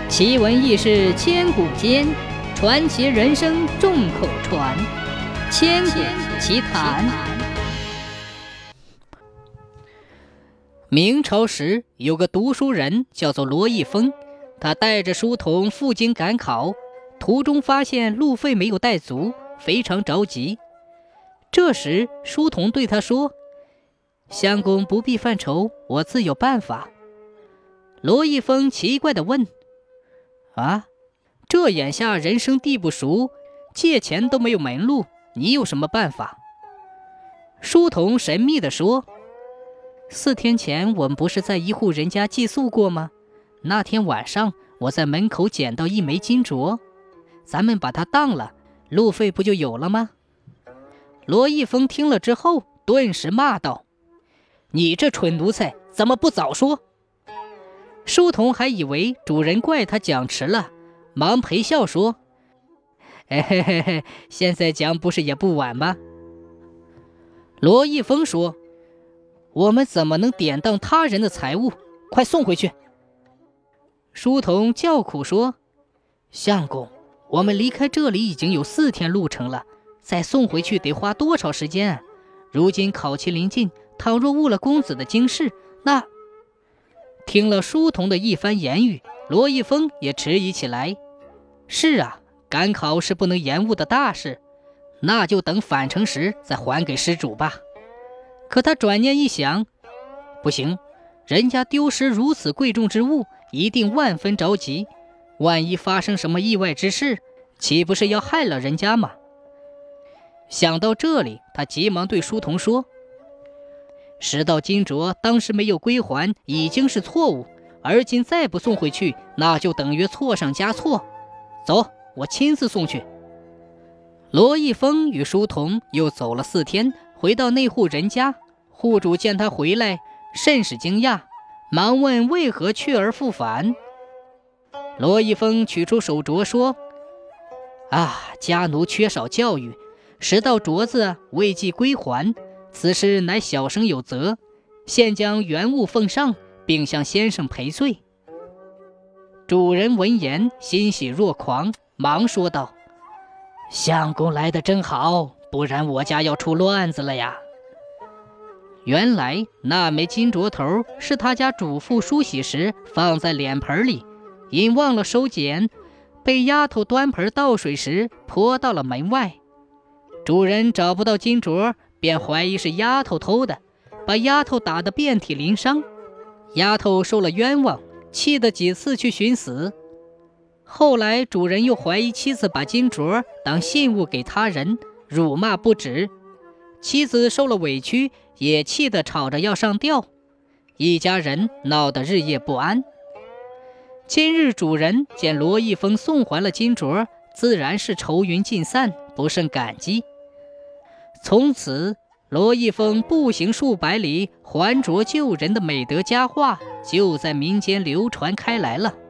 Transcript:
奇闻异事千古间，传奇人生众口传。千古奇谈。明朝时有个读书人叫做罗一峰，他带着书童赴京赶考，途中发现路费没有带足，非常着急。这时书童对他说：“相公不必犯愁，我自有办法。”罗一峰奇怪地问：“啊，这眼下人生地不熟，借钱都没有门路，你有什么办法？”书童神秘地说：“4天前我们不是在一户人家寄宿过吗？那天晚上我在门口捡到一枚金镯，咱们把它当了，路费不就有了吗？”罗一峰听了之后顿时骂道：“你这蠢奴才，怎么不早说？”书童还以为主人怪他讲迟了，忙陪笑说：“现在讲不是也不晚吗？”罗一峰说：“我们怎么能典当他人的财物？快送回去！”书童叫苦说：“相公，我们离开这里已经有4天路程了，再送回去得花多少时间啊？如今考期临近，倘若误了公子的经试，那……”听了书童的一番言语，罗一峰也迟疑起来。是啊，赶考是不能延误的大事，那就等返程时再还给施主吧。可他转念一想，不行，人家丢失如此贵重之物，一定万分着急，万一发生什么意外之事，岂不是要害了人家吗？想到这里，他急忙对书童说：“拾到金镯当时没有归还已经是错误，而今再不送回去，那就等于错上加错。走，我亲自送去。”罗一峰与书童又走了4天，回到那户人家，户主见他回来，甚是惊讶，忙问为何去而复返。罗一峰取出手镯说：“家奴缺少教育，拾到镯子未即归还，此事乃小生有责，现将原物奉上，并向先生赔罪。”主人闻言欣喜若狂，忙说道：“相公来得真好，不然我家要出乱子了呀。”原来那枚金镯头是他家主妇梳洗时放在脸盆里，因忘了收捡，被丫头端盆倒水时泼到了门外。主人找不到金镯，便怀疑是丫头偷的，把丫头打得遍体鳞伤。丫头受了冤枉，气得几次去寻死。后来主人又怀疑妻子把金镯当信物给他人，辱骂不止。妻子受了委屈，也气得吵着要上吊，一家人闹得日夜不安。今日主人见罗一峰送还了金镯，自然是愁云尽散，不胜感激。从此罗一峰步行数百里还镯救人的美德佳话就在民间流传开来了。